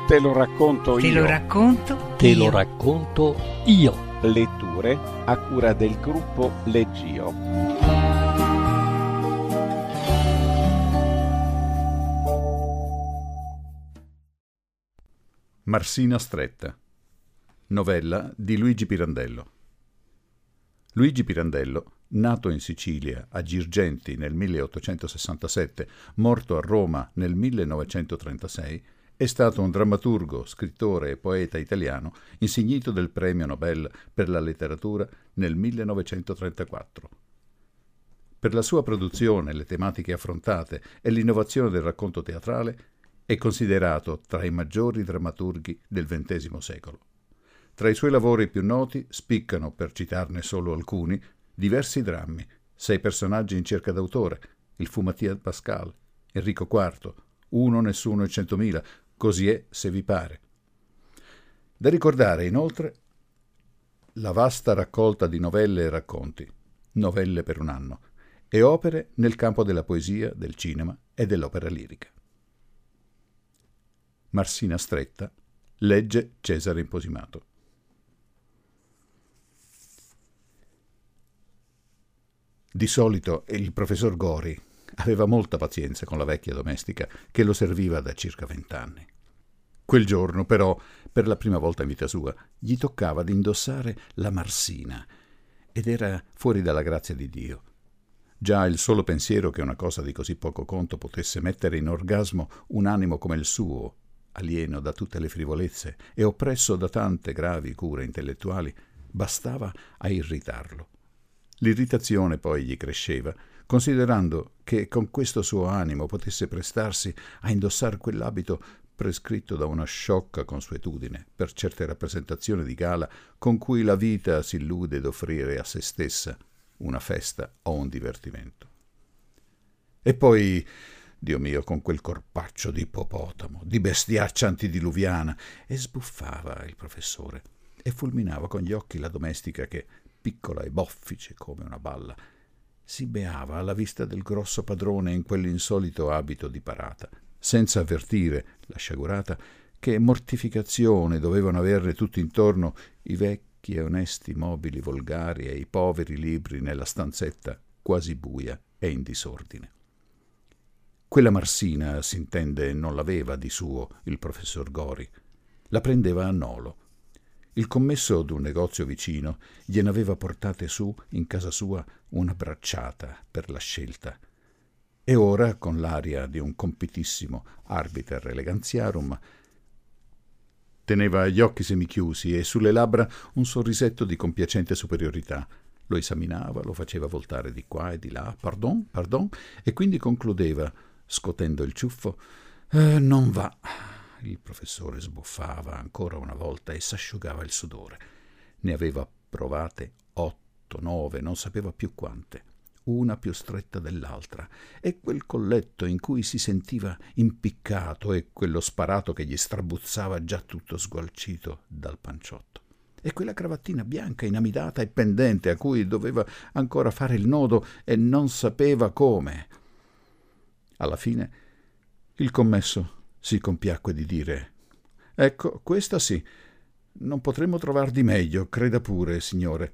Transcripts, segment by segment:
Te lo racconto Te io. lo racconto Te io. lo racconto io. Letture a cura del gruppo Leggio. Marsina stretta. Novella di Luigi Pirandello. Luigi Pirandello, nato in Sicilia a Girgenti nel 1867, morto a Roma nel 1936, è stato un drammaturgo, scrittore e poeta italiano insignito del Premio Nobel per la letteratura nel 1934. Per la sua produzione, le tematiche affrontate e l'innovazione del racconto teatrale è considerato tra i maggiori drammaturghi del XX secolo. Tra i suoi lavori più noti spiccano, per citarne solo alcuni, diversi drammi, 6 personaggi in cerca d'autore, il fu Mattia Pascal, Enrico IV, Uno, Nessuno e 100.000, Così è se vi pare. Da ricordare inoltre la vasta raccolta di novelle e racconti, Novelle per un anno, e opere nel campo della poesia, del cinema e dell'opera lirica. Marsina stretta, legge Cesare Imposimato. Di solito il professor Gori aveva molta pazienza con la vecchia domestica che lo serviva da circa 20 anni. Quel giorno, però, per la prima volta in vita sua, gli toccava di indossare la marsina ed era fuori dalla grazia di Dio. Già il solo pensiero che una cosa di così poco conto potesse mettere in orgasmo un animo come il suo, alieno da tutte le frivolezze e oppresso da tante gravi cure intellettuali, bastava a irritarlo. L'irritazione poi gli cresceva, considerando che con questo suo animo potesse prestarsi a indossare quell'abito prescritto da una sciocca consuetudine per certe rappresentazioni di gala con cui la vita si illude d'offrire a se stessa una festa o un divertimento. E poi, Dio mio, con quel corpaccio di ippopotamo, di bestiaccia antidiluviana, e sbuffava il professore e fulminava con gli occhi la domestica che, piccola e boffice come una balla, si beava alla vista del grosso padrone in quell'insolito abito di parata, senza avvertire, la sciagurata, che mortificazione dovevano averne tutto intorno i vecchi e onesti mobili volgari e i poveri libri nella stanzetta quasi buia e in disordine. Quella marsina, s'intende, non l'aveva di suo il professor Gori, la prendeva a nolo. Il commesso d'un negozio vicino gliene aveva portate su in casa sua una bracciata per la scelta. E ora, con l'aria di un compitissimo arbiter elegantiarum, teneva gli occhi semichiusi e sulle labbra un sorrisetto di compiacente superiorità. Lo esaminava, lo faceva voltare di qua e di là, pardon, e quindi concludeva, scotendo il ciuffo, non va. Il professore sbuffava ancora una volta e s'asciugava il sudore. Ne aveva provate 8, 9, non sapeva più quante, una più stretta dell'altra, e quel colletto in cui si sentiva impiccato e quello sparato che gli strabuzzava già tutto sgualcito dal panciotto, e quella cravattina bianca inamidata e pendente a cui doveva ancora fare il nodo e non sapeva come. Alla fine il commesso si compiacque di dire: «Ecco, questa sì, non potremmo trovar di meglio, creda pure, signore».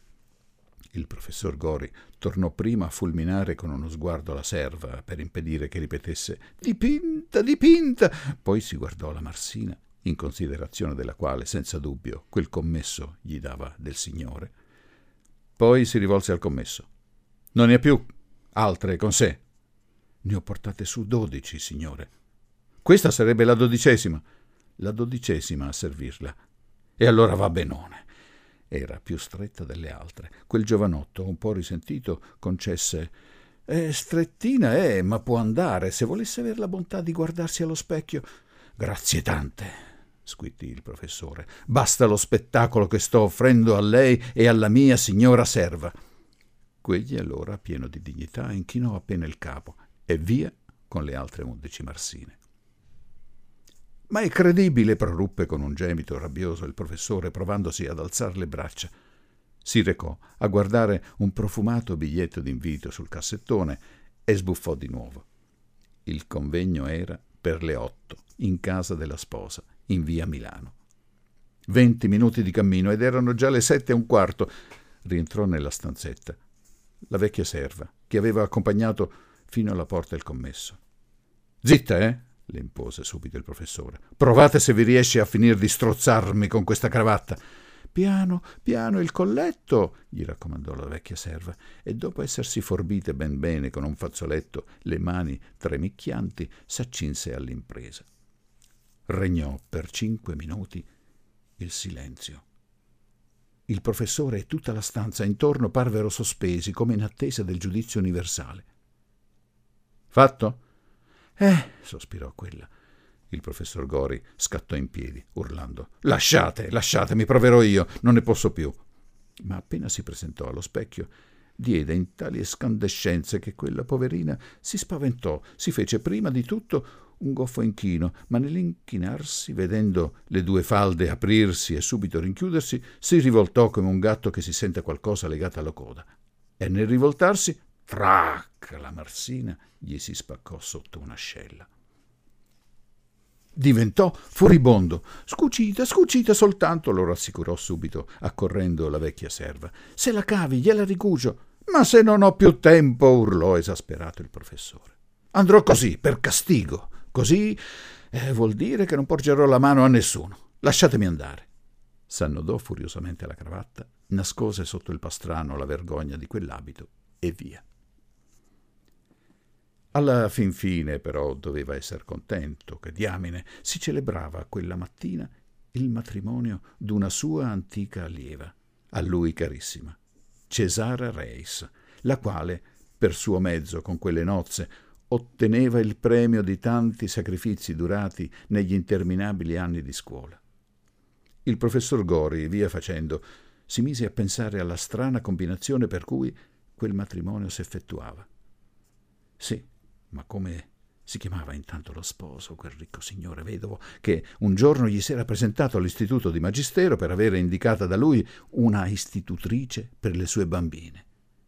Il professor Gori tornò prima a fulminare con uno sguardo la serva per impedire che ripetesse «Dipinta, dipinta!». Poi si guardò la marsina, in considerazione della quale, senza dubbio, quel commesso gli dava del signore. Poi si rivolse al commesso: «Non ne ha più altre con sé?» «Ne ho portate su 12, signore». «Questa sarebbe la 12ª. La 12ª a servirla». «E allora va benone». Era più stretta delle altre. Quel giovanotto, un po' risentito, concesse: «Strettina ma può andare, se volesse aver la bontà di guardarsi allo specchio». «Grazie tante», squittì il professore. «Basta lo spettacolo che sto offrendo a lei e alla mia signora serva». Quegli allora, pieno di dignità, inchinò appena il capo e via con le altre 11 marsine. «Ma è credibile», proruppe con un gemito rabbioso il professore, provandosi ad alzar le braccia. Si recò a guardare un profumato biglietto d'invito sul cassettone e sbuffò di nuovo. Il convegno era per le 8, in casa della sposa, in via Milano. 20 minuti di cammino ed erano già le 7:15. Rientrò nella stanzetta la vecchia serva che aveva accompagnato fino alla porta il commesso. «Zitta, le impose subito il professore. «Provate se vi riesce a finire di strozzarmi con questa cravatta». «Piano, piano, il colletto», gli raccomandò la vecchia serva, e dopo essersi forbite ben bene con un fazzoletto le mani tremicchianti, s'accinse all'impresa. Regnò per 5 minuti il silenzio. Il professore e tutta la stanza intorno parvero sospesi come in attesa del giudizio universale. «Fatto?» Sospirò quella. Il professor Gori scattò in piedi, urlando: «Lasciate, mi proverò io, non ne posso più». Ma appena si presentò allo specchio, diede in tali escandescenze che quella poverina si spaventò, si fece prima di tutto un goffo inchino, ma nell'inchinarsi, vedendo le 2 falde aprirsi e subito rinchiudersi, si rivoltò come un gatto che si sente qualcosa legato alla coda. E nel rivoltarsi, trac, la marsina gli si spaccò sotto un'ascella. Diventò furibondo. Scucita soltanto», lo rassicurò subito, accorrendo la vecchia serva. «Se la cavi, gliela ricugio». «Ma se non ho più tempo», urlò esasperato il professore. «Andrò così, per castigo. Così vuol dire che non porgerò la mano a nessuno. Lasciatemi andare». S'annodò furiosamente la cravatta, nascose sotto il pastrano la vergogna di quell'abito e via. Alla fin fine, però, doveva essere contento che, diamine, si celebrava quella mattina il matrimonio d'una sua antica allieva, a lui carissima, Cesara Reis, la quale, per suo mezzo, con quelle nozze, otteneva il premio di tanti sacrifici durati negli interminabili anni di scuola. Il professor Gori, via facendo, si mise a pensare alla strana combinazione per cui quel matrimonio s'effettuava. Sì, ma come si chiamava intanto lo sposo, quel ricco signore vedovo che un giorno gli si era presentato all'istituto di magistero per avere indicata da lui una istitutrice per le sue bambine?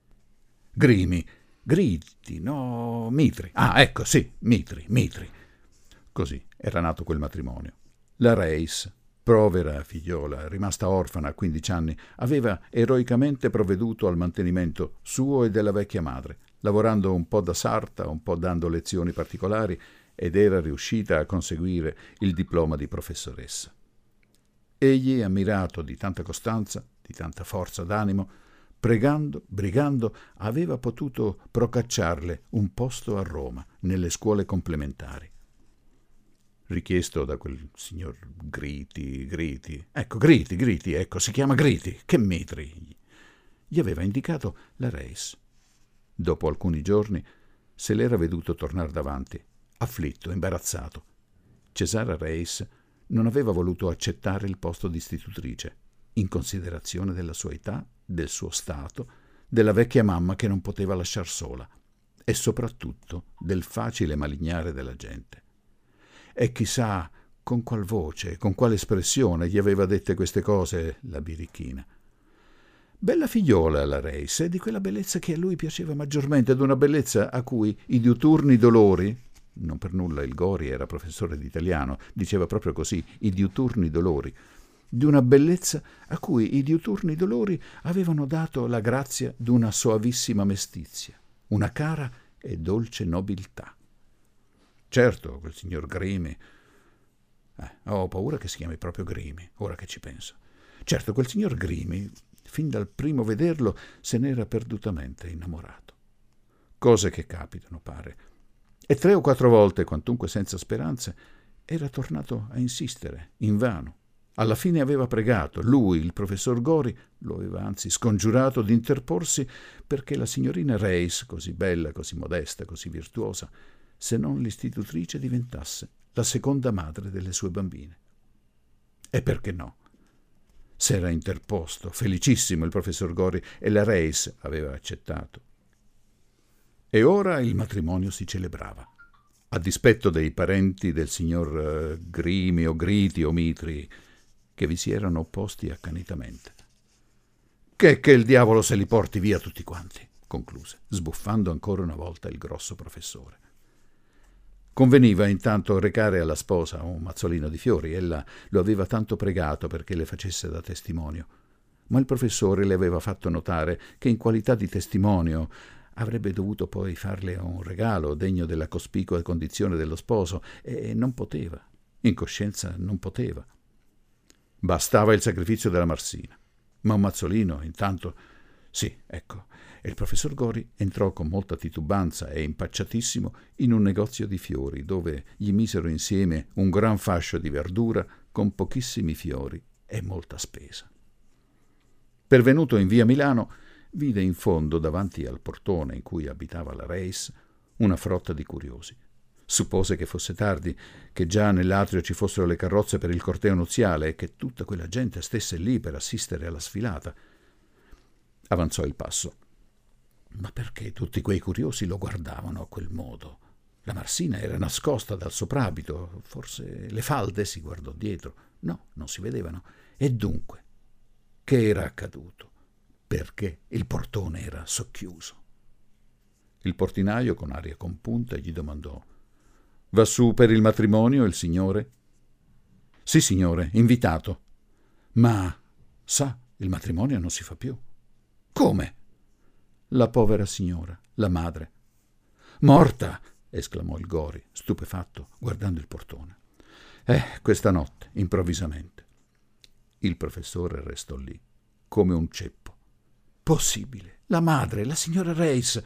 Mitri. Ecco, sì, Mitri. Così era nato quel matrimonio. La Reis, povera figliola, rimasta orfana a 15 anni, aveva eroicamente provveduto al mantenimento suo e della vecchia madre, lavorando un po' da sarta, un po' dando lezioni particolari, ed era riuscita a conseguire il diploma di professoressa. Egli, ammirato di tanta costanza, di tanta forza d'animo, brigando, aveva potuto procacciarle un posto a Roma, nelle scuole complementari. Richiesto da quel signor Griti, si chiama Griti, che Mitri, gli aveva indicato la Reis. Dopo alcuni giorni se l'era veduto tornare davanti, afflitto, imbarazzato. Cesara Reis non aveva voluto accettare il posto di istitutrice, in considerazione della sua età, del suo stato, della vecchia mamma che non poteva lasciar sola, e soprattutto del facile malignare della gente. E chissà con qual voce, con quale espressione gli aveva dette queste cose la birichina. Bella figliola la Reis, di quella bellezza che a lui piaceva maggiormente, ad una bellezza a cui i diuturni dolori, non per nulla il Gori era professore di italiano, diceva proprio così, i diuturni dolori, di una bellezza a cui i diuturni dolori avevano dato la grazia d'una soavissima mestizia, una cara e dolce nobiltà. Certo, quel signor Grimi, ho paura che si chiami proprio Grimi, ora che ci penso. Certo, quel signor Grimi, fin dal primo vederlo, se n'era perdutamente innamorato. Cose che capitano, pare. E 3 o 4 volte, quantunque senza speranze, era tornato a insistere, invano. Alla fine aveva pregato, lui, il professor Gori, lo aveva anzi scongiurato di interporsi perché la signorina Reis, così bella, così modesta, così virtuosa, se non l'istitutrice diventasse la seconda madre delle sue bambine. E perché no? S'era interposto, felicissimo il professor Gori, e la Reis aveva accettato. E ora il matrimonio si celebrava, a dispetto dei parenti del signor Grimi o Griti o Mitri, che vi si erano opposti accanitamente. Che il diavolo se li porti via tutti quanti, concluse, sbuffando ancora una volta il grosso professore. Conveniva intanto recare alla sposa un mazzolino di fiori. Ella lo aveva tanto pregato perché le facesse da testimonio. Ma il professore le aveva fatto notare che in qualità di testimonio avrebbe dovuto poi farle un regalo degno della cospicua condizione dello sposo, e non poteva. In coscienza non poteva. Bastava il sacrificio della Marsina. Ma un mazzolino, intanto... Sì, ecco. E il professor Gori entrò con molta titubanza e impacciatissimo in un negozio di fiori, dove gli misero insieme un gran fascio di verdura con pochissimi fiori e molta spesa. Pervenuto in via Milano, vide in fondo, davanti al portone in cui abitava la Reis, una frotta di curiosi. Suppose che fosse tardi, che già nell'atrio ci fossero le carrozze per il corteo nuziale e che tutta quella gente stesse lì per assistere alla sfilata. Avanzò il passo. Ma perché tutti quei curiosi lo guardavano a quel modo? La Marsina era nascosta dal soprabito, forse le falde, si guardò dietro. No, non si vedevano. E dunque, che era accaduto? Perché il portone era socchiuso? Il portinaio, con aria compunta, gli domandò: «Va su per il matrimonio il signore?» «Sì, signore, invitato». «Ma, sa, il matrimonio non si fa più». «Come?» «La povera signora, la madre». «Morta!» esclamò il Gori, stupefatto, guardando il portone. Questa notte, improvvisamente». Il professore restò lì, come un ceppo. «Possibile! La madre, la signora Reis!»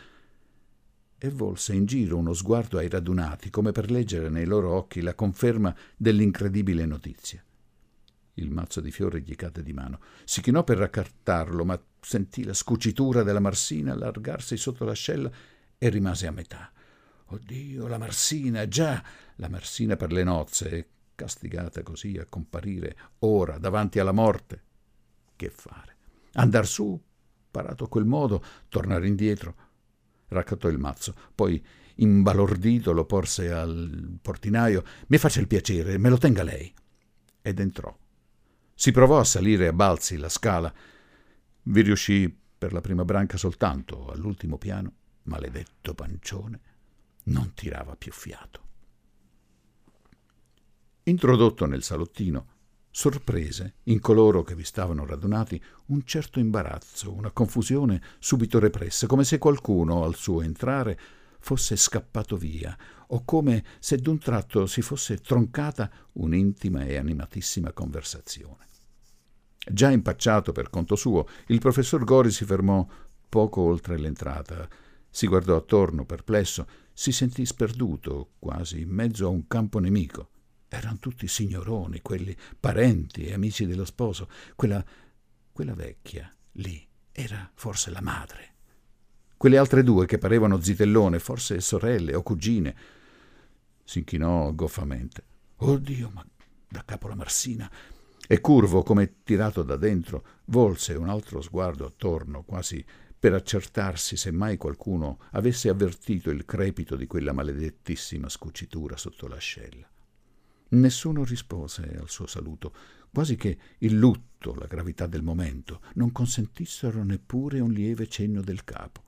E volse in giro uno sguardo ai radunati, come per leggere nei loro occhi la conferma dell'incredibile notizia. Il mazzo di fiori gli cadde di mano. Si chinò per raccartarlo, ma sentì la scucitura della Marsina allargarsi sotto l'ascella e rimase a metà. «Oddio, la Marsina, già! La Marsina per le nozze, castigata così a comparire ora davanti alla morte. Che fare? Andar su, parato a quel modo, tornare indietro?» Raccattò il mazzo, poi, imbalordito, lo porse al portinaio. «Mi faccia il piacere, me lo tenga lei». Ed entrò. Si provò a salire a balzi la scala. Vi riuscì per la prima branca soltanto, all'ultimo piano. Maledetto pancione, non tirava più fiato. Introdotto nel salottino, sorprese in coloro che vi stavano radunati un certo imbarazzo, una confusione subito repressa, come se qualcuno al suo entrare fosse scappato via, o come se d'un tratto si fosse troncata un'intima e animatissima conversazione. Già impacciato per conto suo, il professor Gori si fermò poco oltre l'entrata, si guardò attorno perplesso, si sentì sperduto, quasi in mezzo a un campo nemico. Erano tutti signoroni, quelli parenti e amici dello sposo. Quella vecchia, lì, era forse la madre. Quelle altre due che parevano zitellone, forse sorelle o cugine. Si inchinò goffamente. «Oddio, ma da capo la Marsina!» E curvo, come tirato da dentro, volse un altro sguardo attorno, quasi per accertarsi se mai qualcuno avesse avvertito il crepito di quella maledettissima scucitura sotto l'ascella. Nessuno rispose al suo saluto, quasi che il lutto, la gravità del momento, non consentissero neppure un lieve cenno del capo.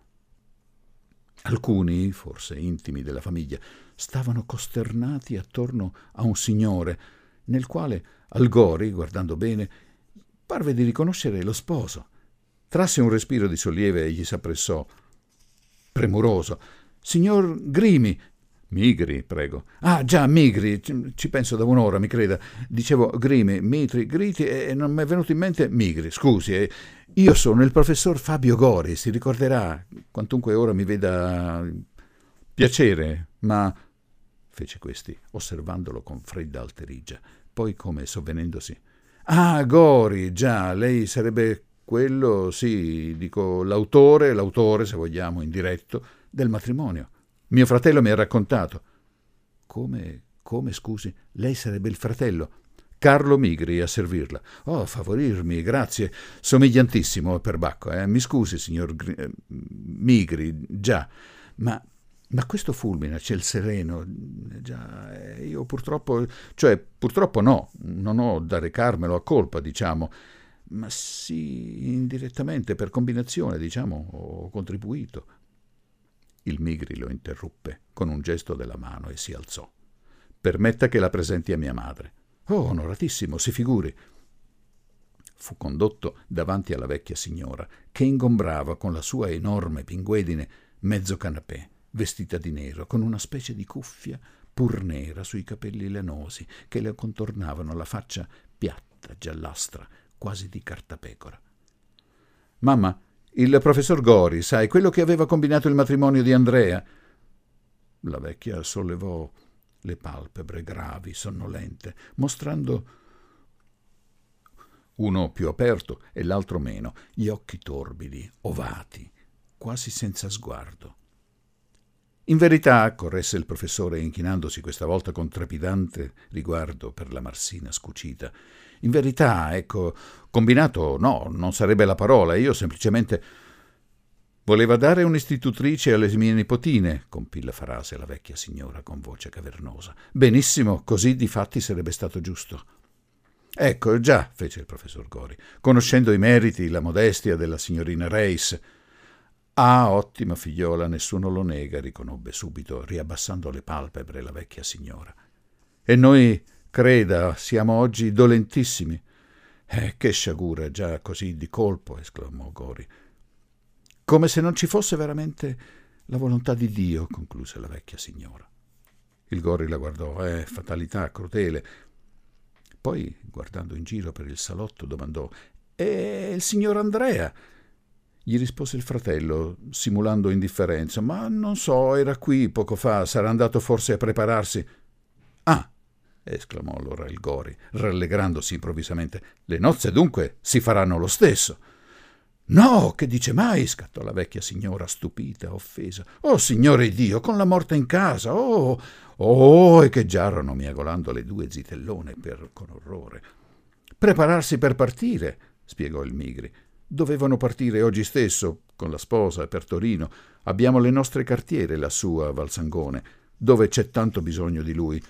Alcuni, forse intimi della famiglia, stavano costernati attorno a un signore, nel quale al Gori, guardando bene, parve di riconoscere lo sposo. Trasse un respiro di sollievo e gli s'appressò, premuroso. «Signor Grimi!» «Migri, prego». «Ah, già, Migri, ci penso da un'ora, mi creda. Dicevo Grimi, Mitri, Griti e non mi è venuto in mente Migri. Scusi, io sono il professor Fabio Gori, si ricorderà, quantunque ora mi veda... Piacere, ma...» fece questi, osservandolo con fredda alterigia. Poi, come sovvenendosi: «Ah, Gori, già, lei sarebbe quello, sì, dico, l'autore, se vogliamo, indiretto, del matrimonio. Mio fratello mi ha raccontato». «Come, scusi? Lei sarebbe il fratello?» «Carlo Migri, a servirla». «Oh, favorirmi, grazie. Somigliantissimo, perbacco, Mi scusi, signor Migri, già. Ma questo fulmine, c'è il sereno, già, io purtroppo no, non ho da recarmelo a colpa, diciamo, ma sì, indirettamente, per combinazione, diciamo, ho contribuito». Il Migri lo interruppe con un gesto della mano e si alzò. «Permetta che la presenti a mia madre». «Oh, onoratissimo, si figuri». Fu condotto davanti alla vecchia signora, che ingombrava con la sua enorme pinguedine mezzo canapè, vestita di nero, con una specie di cuffia pur nera sui capelli lanosi che le contornavano la faccia piatta, giallastra, quasi di cartapecora. «Mamma, il professor Gori, sai, quello che aveva combinato il matrimonio di Andrea». La vecchia sollevò le palpebre gravi, sonnolente, mostrando uno più aperto e l'altro meno, gli occhi torbidi, ovati, quasi senza sguardo. «In verità», corresse il professore, inchinandosi questa volta con trepidante riguardo per la marsina scucita, «in verità, ecco, combinato no, non sarebbe la parola, io semplicemente...» «Voleva dare un'istitutrice alle mie nipotine», compì la frase la vecchia signora con voce cavernosa. «Benissimo, così difatti sarebbe stato giusto». «Ecco, già», fece il professor Gori, conoscendo i meriti, la modestia della signorina Reis. «Ah, ottima figliola, nessuno lo nega», riconobbe subito, riabbassando le palpebre, la vecchia signora. «E noi, creda, siamo oggi dolentissimi». Che sciagura, già così di colpo», esclamò Gori. «Come se non ci fosse veramente la volontà di Dio», concluse la vecchia signora. Il Gori la guardò. Fatalità, crudele. Poi, guardando in giro per il salotto, domandò: «E il signor Andrea?» Gli rispose il fratello, simulando indifferenza. «Ma non so, era qui poco fa, sarà andato forse a prepararsi». «Ah!» esclamò allora il Gori, rallegrandosi improvvisamente. «Le nozze dunque si faranno lo stesso?» «No, che dice mai?» scattò la vecchia signora, stupita, offesa. «Oh, signore Dio, con la morte in casa! Oh!» echeggiarono miagolando le due zitellone con orrore. «Prepararsi per partire», spiegò il Migri. «Dovevano partire oggi stesso, con la sposa, per Torino. Abbiamo le nostre cartiere lassù a Valsangone, dove c'è tanto bisogno di lui».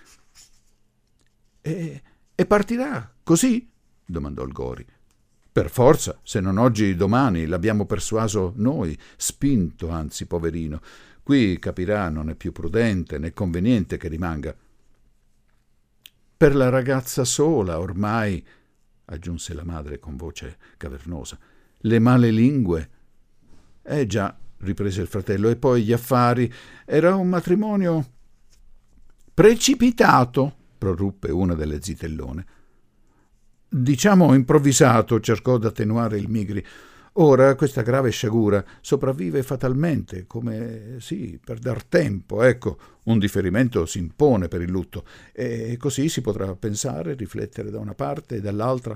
E partirà così?» domandò il Gori. «Per forza, se non oggi, domani, l'abbiamo persuaso noi, spinto, anzi, poverino. Qui, capirà, non è più prudente né conveniente che rimanga». «Per la ragazza sola, ormai», aggiunse la madre con voce cavernosa, «le male lingue». Già», riprese il fratello, «e poi gli affari. Era un matrimonio...» «Precipitato», proruppe una delle zitellone. «Diciamo improvvisato», cercò d'attenuare il Migri. «Ora questa grave sciagura sopravvive fatalmente, come sì, per dar tempo, ecco, un differimento si impone per il lutto, e così si potrà pensare, riflettere da una parte e dall'altra».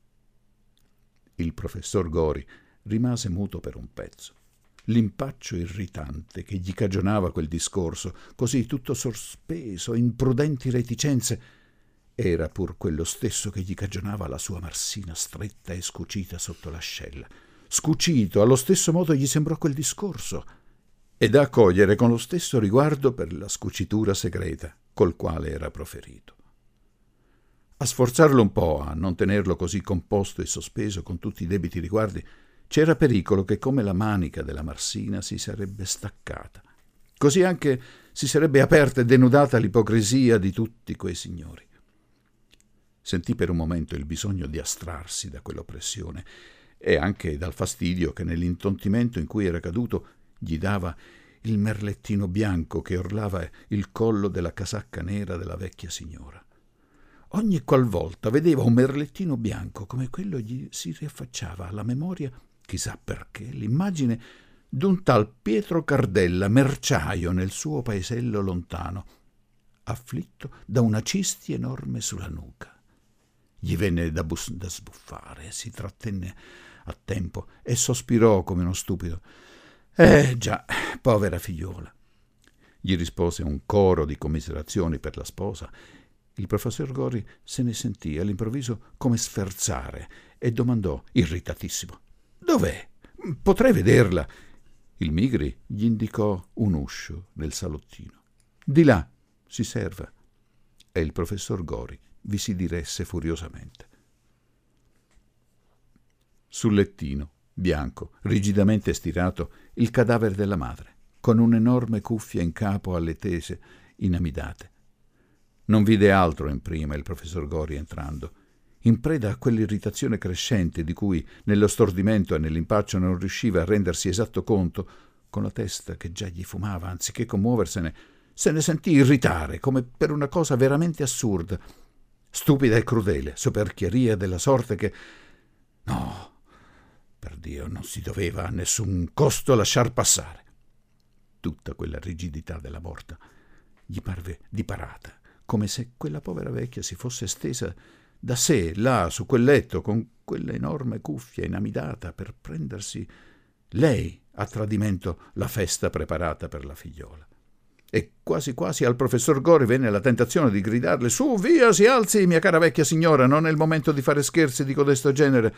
Il professor Gori rimase muto per un pezzo. L'impaccio irritante che gli cagionava quel discorso, così tutto sospeso, imprudenti reticenze, era pur quello stesso che gli cagionava la sua marsina stretta e scucita sotto l'ascella. Scucito, allo stesso modo gli sembrò quel discorso, e da accogliere con lo stesso riguardo per la scucitura segreta col quale era proferito. A sforzarlo un po', a non tenerlo così composto e sospeso con tutti i debiti riguardi, c'era pericolo che come la manica della marsina si sarebbe staccata. Così anche si sarebbe aperta e denudata l'ipocrisia di tutti quei signori. Sentì per un momento il bisogno di astrarsi da quell'oppressione e anche dal fastidio che nell'intontimento in cui era caduto gli dava il merlettino bianco che orlava il collo della casacca nera della vecchia signora. Ogni qualvolta vedeva un merlettino bianco come quello, gli si riaffacciava alla memoria, chissà perché, l'immagine d'un tal Pietro Cardella, merciaio nel suo paesello lontano, afflitto da una cisti enorme sulla nuca. Gli venne da sbuffare, si trattenne a tempo e sospirò come uno stupido. Già, povera figliola». Gli rispose un coro di commiserazioni per la sposa. Il professor Gori se ne sentì all'improvviso come sferzare e domandò, irritatissimo: «Dov'è? Potrei vederla?» Il Migri gli indicò un uscio nel salottino. «Di là, si serva». E il professor Gori vi si diresse furiosamente. Sul lettino, bianco, rigidamente stirato, il cadavere della madre. con un'enorme cuffia in capo alle tese inamidate. Non vide altro in prima il professor Gori entrando, in preda a quell'irritazione crescente di cui nello stordimento e nell'impaccio non riusciva a rendersi esatto conto, con la testa che già gli fumava, anziché commuoversene, se ne sentì irritare come per una cosa veramente assurda, stupida e crudele, soperchieria della sorte che... No, per Dio, non si doveva a nessun costo lasciar passare. Tutta quella rigidità della morta gli parve di parata, come se quella povera vecchia si fosse stesa da sé là su quel letto con quell'enorme cuffia inamidata per prendersi lei a tradimento la festa preparata per la figliola. E quasi quasi al professor Gori venne la tentazione di gridarle: «Su, via, si alzi, mia cara vecchia signora, non è il momento di fare scherzi di codesto genere».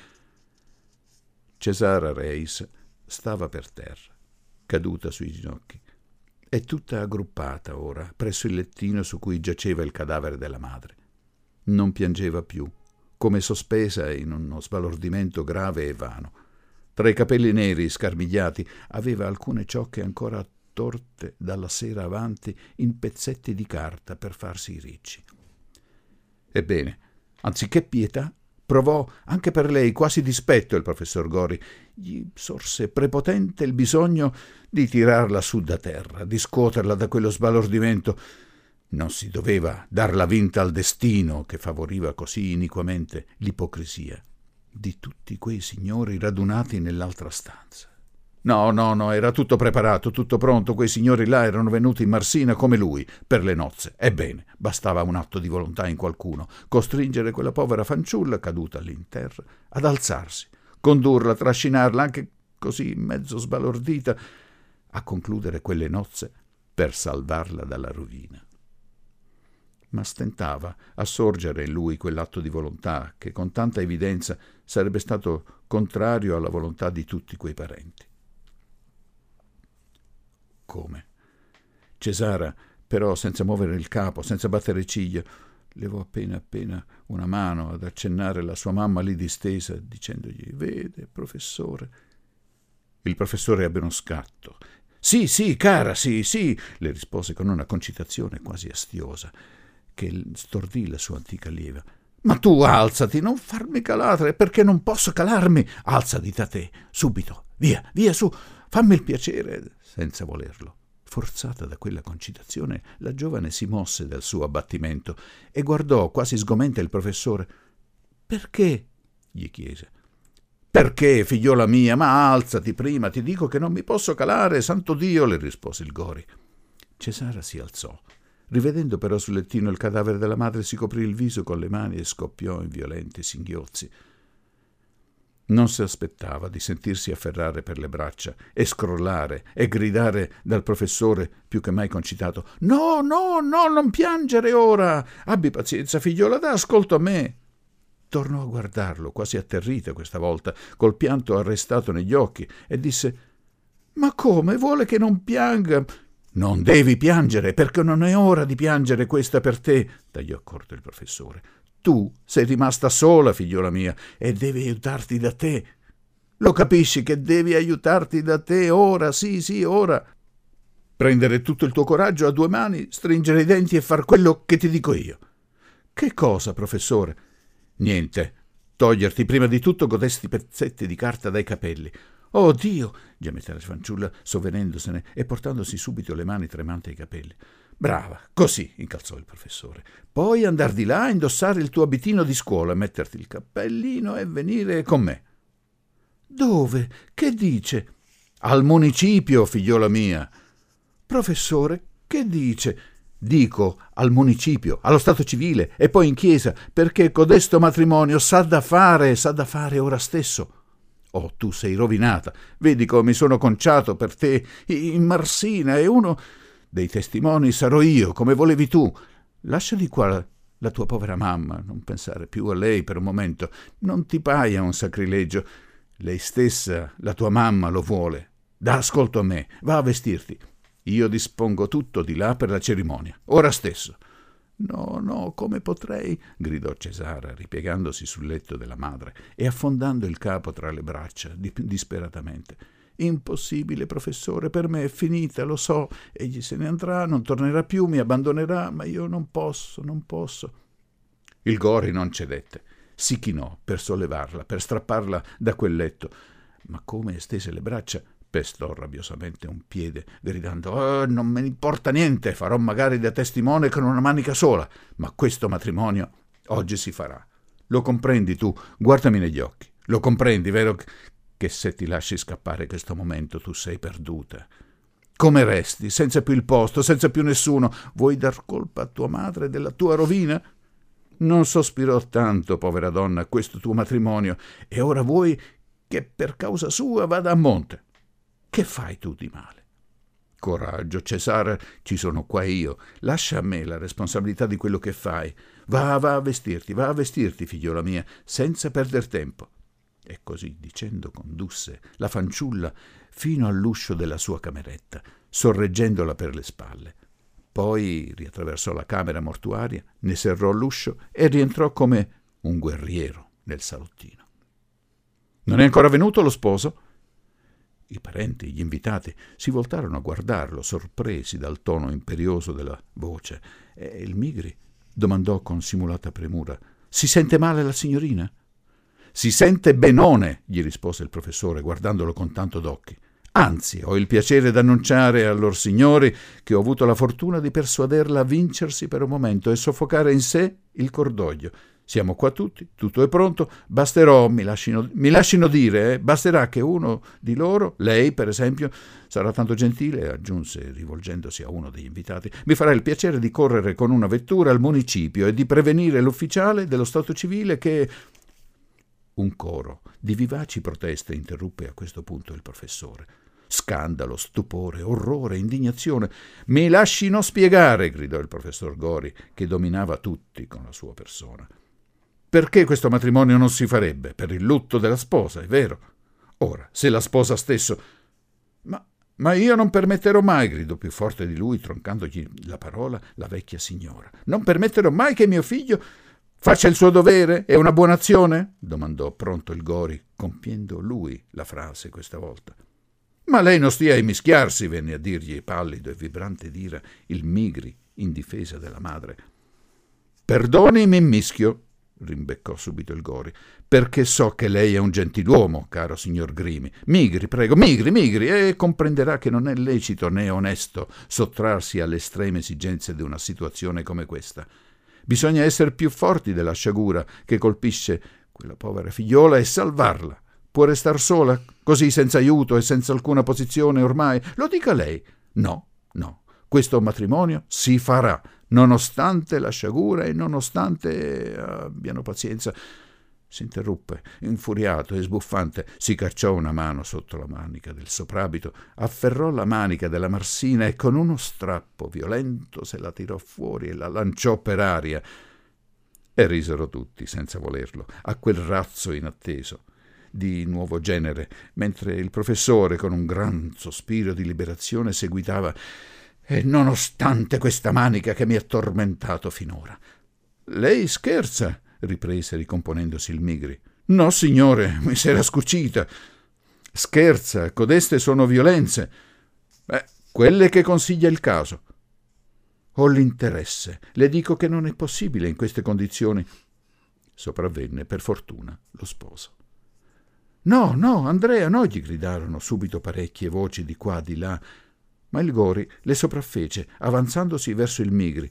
Cesara Reis stava per terra, caduta sui ginocchi, e tutta aggruppata ora presso il lettino su cui giaceva il cadavere della madre. Non piangeva più, come sospesa in uno sbalordimento grave e vano. Tra i capelli neri scarmigliati aveva alcune ciocche ancora torte dalla sera avanti in pezzetti di carta per farsi i ricci. Ebbene, anziché pietà, provò anche per lei quasi dispetto il professor Gori. Gli sorse prepotente il bisogno di tirarla su da terra, di scuoterla da quello sbalordimento. Non si doveva darla vinta al destino che favoriva così iniquamente l'ipocrisia di tutti quei signori radunati nell'altra stanza. No, era tutto preparato, tutto pronto. Quei signori là erano venuti in Marsina come lui, per le nozze. Ebbene, bastava un atto di volontà in qualcuno, costringere quella povera fanciulla, caduta all'interra, ad alzarsi, condurla, trascinarla, anche così mezzo sbalordita, a concludere quelle nozze per salvarla dalla rovina. Ma stentava a sorgere in lui quell'atto di volontà che con tanta evidenza sarebbe stato contrario alla volontà di tutti quei parenti. Come? Cesara, però, senza muovere il capo, senza battere ciglia, levò appena una mano ad accennare la sua mamma lì distesa, dicendogli: «Vede, professore». Il professore ebbe uno scatto. Sì, cara, sì», le rispose con una concitazione quasi astiosa che stordì la sua antica allieva. «Ma tu alzati, non farmi calare, perché non posso calarmi. Alzati da te, subito, via, su, fammi il piacere». Senza volerlo, forzata da quella concitazione, la giovane si mosse dal suo abbattimento e guardò quasi sgomenta il professore. «Perché?» gli chiese. «Perché, figliola mia? Ma alzati prima, ti dico che non mi posso calare, santo Dio», le rispose il Gori. Cesara si alzò. Rivedendo però sul lettino il cadavere della madre, si coprì il viso con le mani e scoppiò in violenti singhiozzi. Non si aspettava di sentirsi afferrare per le braccia e scrollare e gridare dal professore più che mai concitato: «No, non piangere ora! Abbi pazienza, figliola, da ascolto a me!» Tornò a guardarlo, quasi atterrita questa volta, col pianto arrestato negli occhi, e disse: «Ma come? Vuole che non pianga?» «Non devi piangere, perché non è ora di piangere questa per te», tagliò corto il professore. «Tu sei rimasta sola, figliola mia, e devi aiutarti da te. Lo capisci che devi aiutarti da te ora, sì, ora. Prendere tutto il tuo coraggio a due mani, stringere i denti e far quello che ti dico io». «Che cosa, professore?» «Niente. Toglierti prima di tutto codesti pezzetti di carta dai capelli». «Oh Dio!» gemette la fanciulla, sovvenendosene e portandosi subito le mani tremanti ai capelli. «Brava, così», incalzò il professore. «Poi andar di là, indossare il tuo abitino di scuola, metterti il cappellino e venire con me». «Dove? Che dice?» «Al municipio, figliola mia». «Professore, che dice?» «Dico, al municipio, allo stato civile e poi in chiesa, perché codesto matrimonio s'ha da fare ora stesso». «Oh, tu sei rovinata. Vedi come mi sono conciato per te in Marsina, e uno dei testimoni sarò io, come volevi tu. Lascia di qua la tua povera mamma, non pensare più a lei per un momento. Non ti paia un sacrilegio. Lei stessa, la tua mamma, lo vuole. Da ascolto a me, va a vestirti. Io dispongo tutto di là per la cerimonia, ora stesso». «No, come potrei?» gridò Cesara, ripiegandosi sul letto della madre e affondando il capo tra le braccia disperatamente. Impossibile, professore, per me è finita, lo so. Egli se ne andrà, non tornerà più, mi abbandonerà, ma io non posso. Il Gori non cedette. Si chinò per sollevarla, per strapparla da quel letto, ma come stese le braccia, pestò rabbiosamente un piede, gridando: non me ne importa niente, farò magari da testimone con una manica sola, ma questo matrimonio oggi si farà. Lo comprendi tu? Guardami negli occhi. Lo comprendi, vero, che se ti lasci scappare questo momento tu sei perduta? Come resti, senza più il posto, senza più nessuno? Vuoi dar colpa a tua madre della tua rovina? Non sospirò tanto, povera donna, questo tuo matrimonio, e ora vuoi che per causa sua vada a monte. Che fai tu di male? Coraggio, Cesare, ci sono qua io. Lascia a me la responsabilità di quello che fai. Va a vestirti, figliola mia, senza perder tempo. E così dicendo condusse la fanciulla fino all'uscio della sua cameretta, sorreggendola per le spalle. Poi riattraversò la camera mortuaria, ne serrò l'uscio e rientrò come un guerriero nel salottino. Non è ancora venuto lo sposo? I parenti, gli invitati, si voltarono a guardarlo, sorpresi dal tono imperioso della voce, e il Migri domandò con simulata premura: «Si sente male la signorina?» «Si sente benone», gli rispose il professore, guardandolo con tanto d'occhi. «Anzi, ho il piacere d'annunciare a lor signori che ho avuto la fortuna di persuaderla a vincersi per un momento e soffocare in sé il cordoglio. Siamo qua tutti, tutto è pronto, basterò, mi lascino dire, basterà che uno di loro, lei per esempio, sarà tanto gentile», aggiunse rivolgendosi a uno degli invitati, «mi farà il piacere di correre con una vettura al municipio e di prevenire l'ufficiale dello stato civile che...» Un coro di vivaci proteste interruppe a questo punto il professore. Scandalo, stupore, orrore, indignazione. «Mi lascino spiegare», gridò il professor Gori, che dominava tutti con la sua persona. «Perché questo matrimonio non si farebbe? Per il lutto della sposa, è vero? Ora, se la sposa stesso...» Ma io non permetterò mai», gridò più forte di lui, troncandogli la parola, la vecchia signora. «Non permetterò mai che mio figlio faccia il suo dovere? È una buona azione?» domandò pronto il Gori, compiendo lui la frase questa volta. «Ma lei non stia a immischiarsi», venne a dirgli pallido e vibrante d'ira il Migri in difesa della madre. «Perdoni, mi immischio», rimbeccò subito il Gori, «perché so che lei è un gentiluomo, caro signor Grimi. Migri, prego, Migri, e comprenderà che non è lecito né onesto sottrarsi alle estreme esigenze di una situazione come questa. Bisogna essere più forti della sciagura che colpisce quella povera figliola e salvarla. Può restar sola, così senza aiuto e senza alcuna posizione ormai? Lo dica lei. No. Questo matrimonio si farà, nonostante la sciagura e nonostante... abbiano pazienza». Si interruppe, infuriato e sbuffante, si cacciò una mano sotto la manica del soprabito, afferrò la manica della marsina e con uno strappo violento se la tirò fuori e la lanciò per aria. E risero tutti, senza volerlo, a quel razzo inatteso di nuovo genere, mentre il professore, con un gran sospiro di liberazione, seguitava: «E nonostante questa manica che mi ha tormentato finora...» «Lei scherza», riprese ricomponendosi il Migri. «No, signore, mi s'era scucita. Scherza, codeste sono violenze. Quelle che consiglia il caso. Ho l'interesse. Le dico che non è possibile in queste condizioni». Sopravvenne, per fortuna, lo sposo. No, Andrea, no», gli gridarono subito parecchie voci di qua di là, ma il Gori le sopraffece, avanzandosi verso il Migri.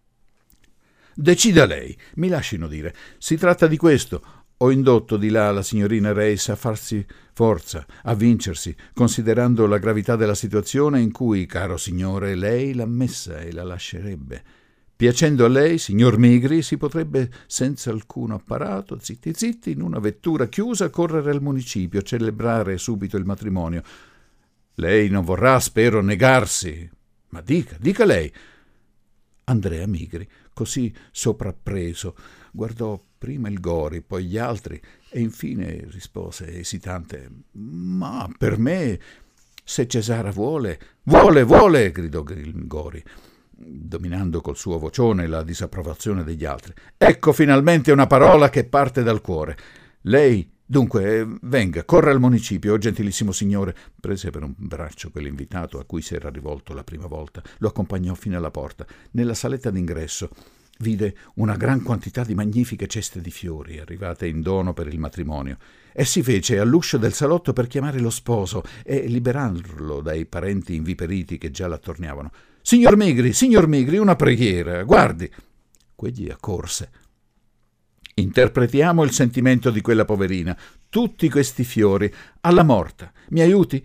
«Decida lei, mi lascino dire. Si tratta di questo. Ho indotto di là la signorina Reis a farsi forza, a vincersi, considerando la gravità della situazione in cui, caro signore, lei l'ha messa e la lascerebbe. Piacendo a lei, signor Migri, si potrebbe senza alcun apparato, zitti, in una vettura chiusa, correre al municipio, celebrare subito il matrimonio. Lei non vorrà, spero, negarsi. Ma dica lei». Andrea Migri, così soprappreso, guardò prima il Gori, poi gli altri, e infine rispose esitante: «Ma per me, se Cesara vuole...» Vuole, gridò il Gori, dominando col suo vocione la disapprovazione degli altri. «Ecco finalmente una parola che parte dal cuore. Lei Dunque, venga, corra al municipio, oh gentilissimo signore. Prese per un braccio quell'invitato a cui si era rivolto la prima volta, lo accompagnò fino alla porta. Nella saletta d'ingresso vide una gran quantità di magnifiche ceste di fiori arrivate in dono per il matrimonio e si fece all'uscio del salotto per chiamare lo sposo e liberarlo dai parenti inviperiti che già l'attorniavano. Signor Migri, una preghiera, guardi. Quegli accorse. Interpretiamo il sentimento di quella poverina. Tutti questi fiori, alla morta. Mi aiuti?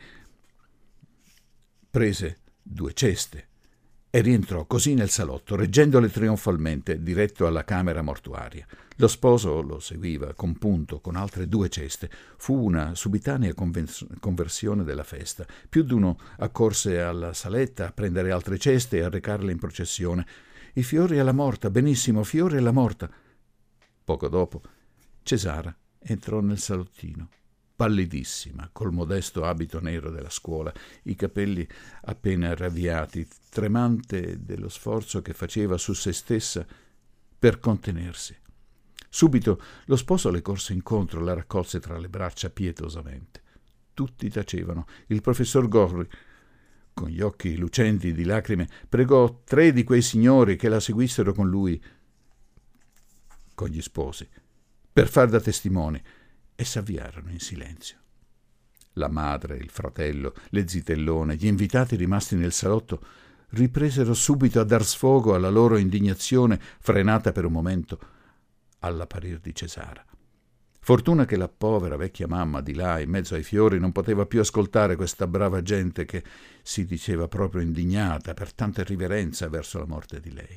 Prese 2 ceste e rientrò così nel salotto, reggendole trionfalmente, diretto alla camera mortuaria. Lo sposo lo seguiva, compunto, con altre 2 ceste. Fu una subitanea conversione della festa. Più d'uno accorse alla saletta a prendere altre ceste e a recarle in processione. I fiori alla morta, benissimo, fiori alla morta. Poco dopo, Cesara entrò nel salottino, pallidissima, col modesto abito nero della scuola, i capelli appena ravviati, tremante dello sforzo che faceva su se stessa per contenersi. Subito lo sposo le corse incontro, la raccolse tra le braccia pietosamente. Tutti tacevano. Il professor Gori, con gli occhi lucenti di lacrime, pregò 3 di quei signori che la seguissero con lui, con gli sposi, per far da testimoni, e s'avviarono in silenzio. La madre, il fratello, le zitellone, gli invitati rimasti nel salotto ripresero subito a dar sfogo alla loro indignazione, frenata per un momento all'apparir di Cesara. Fortuna che la povera vecchia mamma di là, in mezzo ai fiori, non poteva più ascoltare questa brava gente che si diceva proprio indignata per tanta riverenza verso la morte di lei.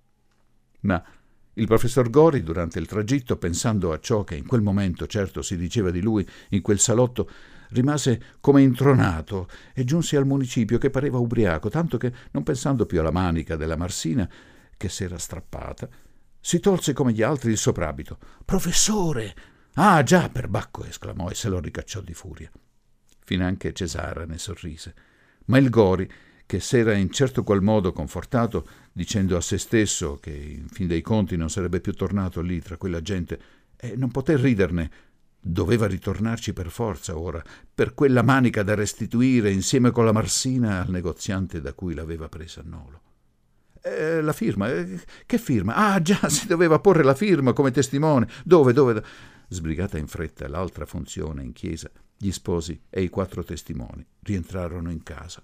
Ma il professor Gori, durante il tragitto, pensando a ciò che in quel momento certo si diceva di lui in quel salotto, rimase come intronato e giunse al municipio che pareva ubriaco, tanto che, non pensando più alla manica della marsina che s'era strappata, si tolse come gli altri il soprabito. «Professore!» «Ah, già!» perbacco esclamò e se lo ricacciò di furia. Finanche Cesara ne sorrise, ma il Gori, che s'era in certo qual modo confortato, dicendo a se stesso che in fin dei conti non sarebbe più tornato lì tra quella gente, non poté riderne. Doveva ritornarci per forza ora, per quella manica da restituire insieme con la marsina al negoziante da cui l'aveva presa a nolo. La firma? Che firma? Ah, già, si doveva porre la firma come testimone. Dove? Sbrigata in fretta l'altra funzione in chiesa, gli sposi e i 4 testimoni rientrarono in casa.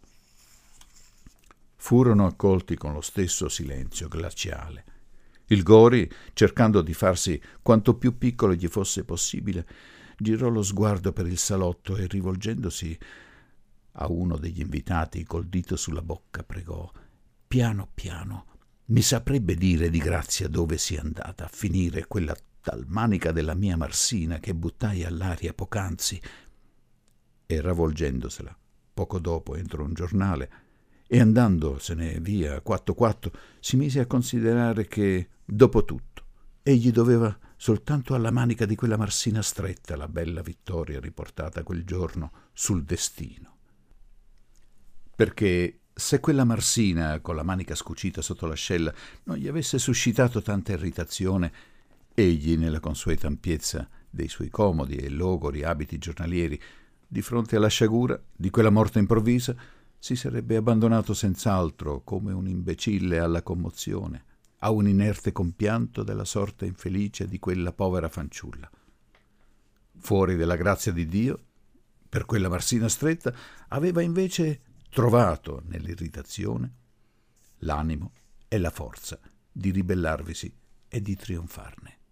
Furono accolti con lo stesso silenzio glaciale. Il Gori, cercando di farsi quanto più piccolo gli fosse possibile, girò lo sguardo per il salotto e, rivolgendosi a uno degli invitati col dito sulla bocca, pregò: «Piano piano, mi saprebbe dire di grazia dove sia andata a finire quella tal manica della mia marsina che buttai all'aria poc'anzi?» E ravolgendosela, poco dopo entrò un giornale e, andandosene via quatto, si mise a considerare che, dopo tutto, egli doveva soltanto alla manica di quella marsina stretta la bella vittoria riportata quel giorno sul destino. Perché se quella marsina, con la manica scucita sotto l'ascella, non gli avesse suscitato tanta irritazione, egli, nella consueta ampiezza dei suoi comodi e logori abiti giornalieri, di fronte alla sciagura di quella morte improvvisa, si sarebbe abbandonato senz'altro come un imbecille alla commozione, a un inerte compianto della sorte infelice di quella povera fanciulla. Fuori della grazia di Dio, per quella marsina stretta, aveva invece trovato nell'irritazione l'animo e la forza di ribellarvisi e di trionfarne.